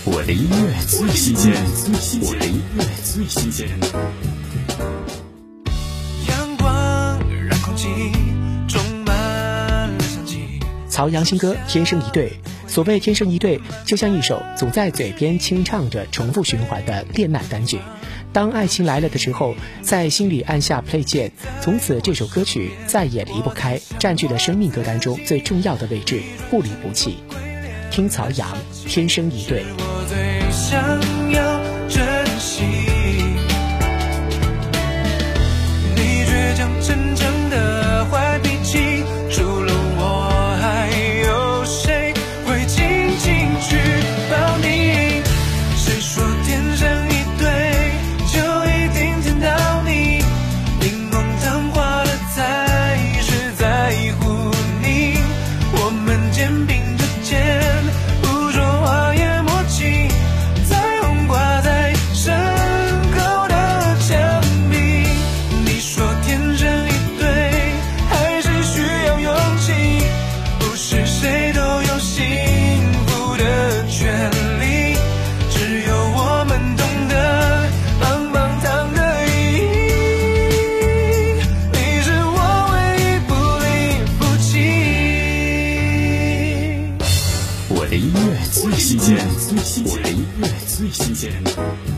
我的音乐最新鲜，我的音乐最新鲜。 阳光让空气充满了香气。 曹阳新歌《天生一对》，所谓天生一对，就像一首总在嘴边轻唱着重复循环的恋爱单曲。当爱情来了的时候，在心里按下 play 键，从此这首歌曲再也离不开，占据了生命歌单中最重要的位置，不离不弃。听曹阳《天生一对》。 我最想要珍惜你倔强逞强的坏脾气，除了我还有谁会轻轻去抱你？谁说天生一对就一定甜到你？明光烫花的才是在乎你，我们肩并着肩，不说话也默契，彩虹挂在身后的墙壁。你说天生一对还是需要勇气，不是谁都有幸福的权利，只有我们懂得棒棒糖的意义。你是我唯一不离不弃。 我的音乐最新鲜，我的音乐最新鲜。